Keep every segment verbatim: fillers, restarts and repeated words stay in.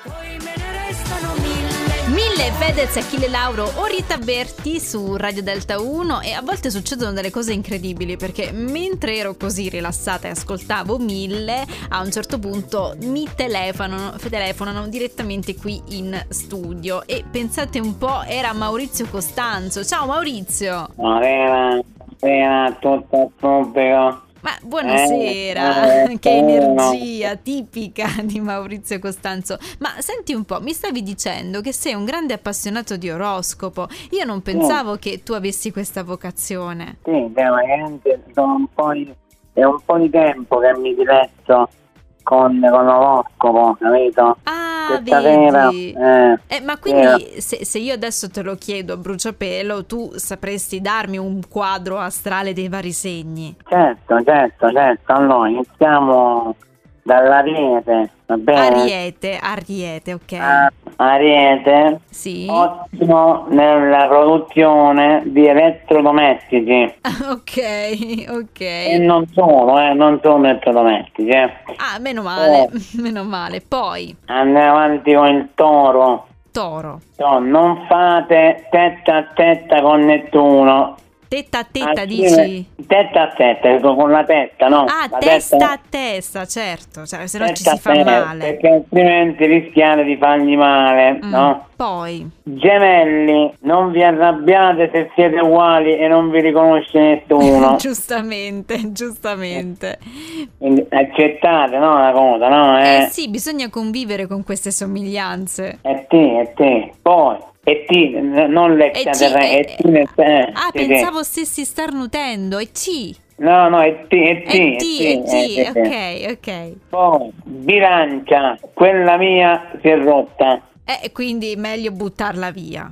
Mille Fedez, Achille Lauro o Rita Berti su Radio Delta uno. E a volte succedono delle cose incredibili, perché mentre ero così rilassata e ascoltavo Mille, a un certo punto mi telefonano, telefonano direttamente qui in studio e pensate un po', era Maurizio Costanzo. Ciao Maurizio. Buonasera, buonasera, tutto al pubblico. Ma buonasera, eh, eh, che eh, energia tipica di Maurizio Costanzo. Ma senti un po', mi stavi dicendo che sei un grande appassionato di oroscopo. Io non pensavo che tu avessi questa vocazione. Sì, veramente sono un po' di, è un po' di tempo che mi diletto con, con l'oroscopo, capito? Ah, Questa vedi. Vera, eh, Eh, ma quindi se, se io adesso te lo chiedo a bruciapelo, tu sapresti darmi un quadro astrale dei vari segni? certo, certo, certo. Allora, iniziamo dall'Ariete, va bene? Ariete, Ariete, ok. Ah, Ariete, Sì. ottimo nella produzione di elettrodomestici. Ok, ok. E non solo, eh, non solo elettrodomestici, eh. Ah, meno male, meno male. Poi, Andiamo avanti con il Toro. Toro. No, non fate testa a testa con Nettuno. Tetta a tetta, Alcune- dici? Testa a testa, dico con la testa, no? Ah, La testa a testa, certo, cioè, se no ci testa si a fa testa, male. perché altrimenti rischiate di fargli male, Mm, no? Poi, Gemelli, non vi arrabbiate se siete uguali e non vi riconosce nessuno. giustamente, giustamente. Quindi accettate, no, la cosa, no? Eh Eh, sì, bisogna convivere con queste somiglianze. E te, e te. Poi, e ti, n- non E ci- l'extraterrestre, eh, e ti, nel- eh, Ah, sì, sì. pensavo stessi starnutendo. E C. No, no, e ti, e ti, E T, e e ti, eh, T, sì, sì. ok, ok. Poi, bilancia, quella mia si è rotta. Eh, quindi meglio buttarla via.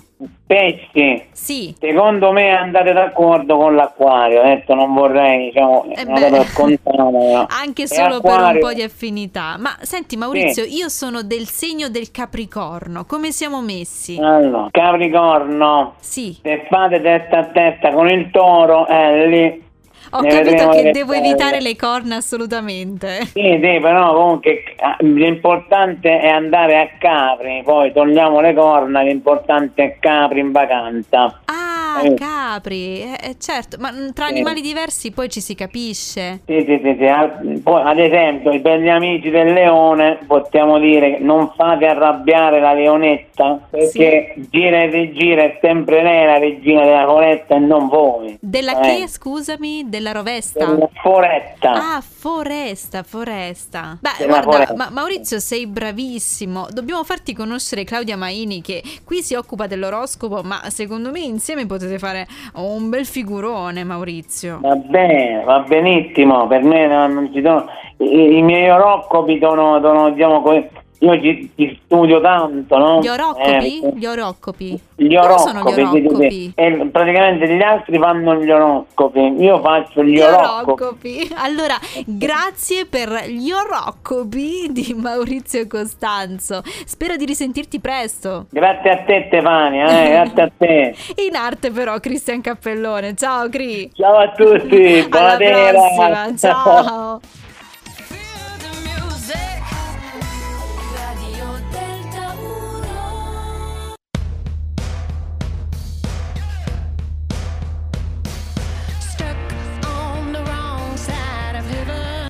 Pesci, Sì. secondo me andate d'accordo con l'acquario. Ho detto non vorrei, diciamo, Eh una beh, cosa scontata. no. anche E solo per un acquario- po' di affinità. Ma senti Maurizio, io sono del segno del Capricorno. Come siamo messi? Allora, Capricorno, Sì. se fate testa a testa con il Toro, eh, lì Ho ne capito vedremo che le devo stelle. evitare le corna assolutamente. Sì, sì, però comunque ah, l'importante è andare a Capri, poi togliamo le corna, l'importante è Capri in vacanza. Ah, Eh. capri, eh, eh, certo, ma mm, tra Sì. animali diversi poi ci si capisce. Sì, sì, sì, sì. Al- Poi, ad esempio, per gli amici del leone possiamo dire che non fate arrabbiare la leonetta, perché gira e rigira è sempre lei la regina della foresta e non voi. Della Eh. che, scusami? Della rovesta? Della foresta. Ah, foresta, foresta. Beh, Della guarda, foresta. ma Maurizio sei bravissimo. Dobbiamo farti conoscere Claudia Maini, che qui si occupa dell'oroscopo, ma secondo me insieme potete fare un bel figurone, Maurizio. Va bene, va benissimo, per me non, non ci sono i, i miei oroscopi sono, sono diciamo così, io ci, ci studio tanto, no? Gli oroscopi? Eh, Gli oroscopi? Gli Cosa oroscopi, sono gli sì, sì, sì. oroscopi? E praticamente gli altri fanno gli oroscopi, io faccio gli, Gli oroscopi. oroscopi. Allora, grazie per gli oroscopi di Maurizio Costanzo. Spero di risentirti presto. Grazie a te Stefania, eh, grazie a te. In arte però, Cristian Cappellone. Ciao, Cri. Ciao a tutti, Alla buonasera. prossima, ciao.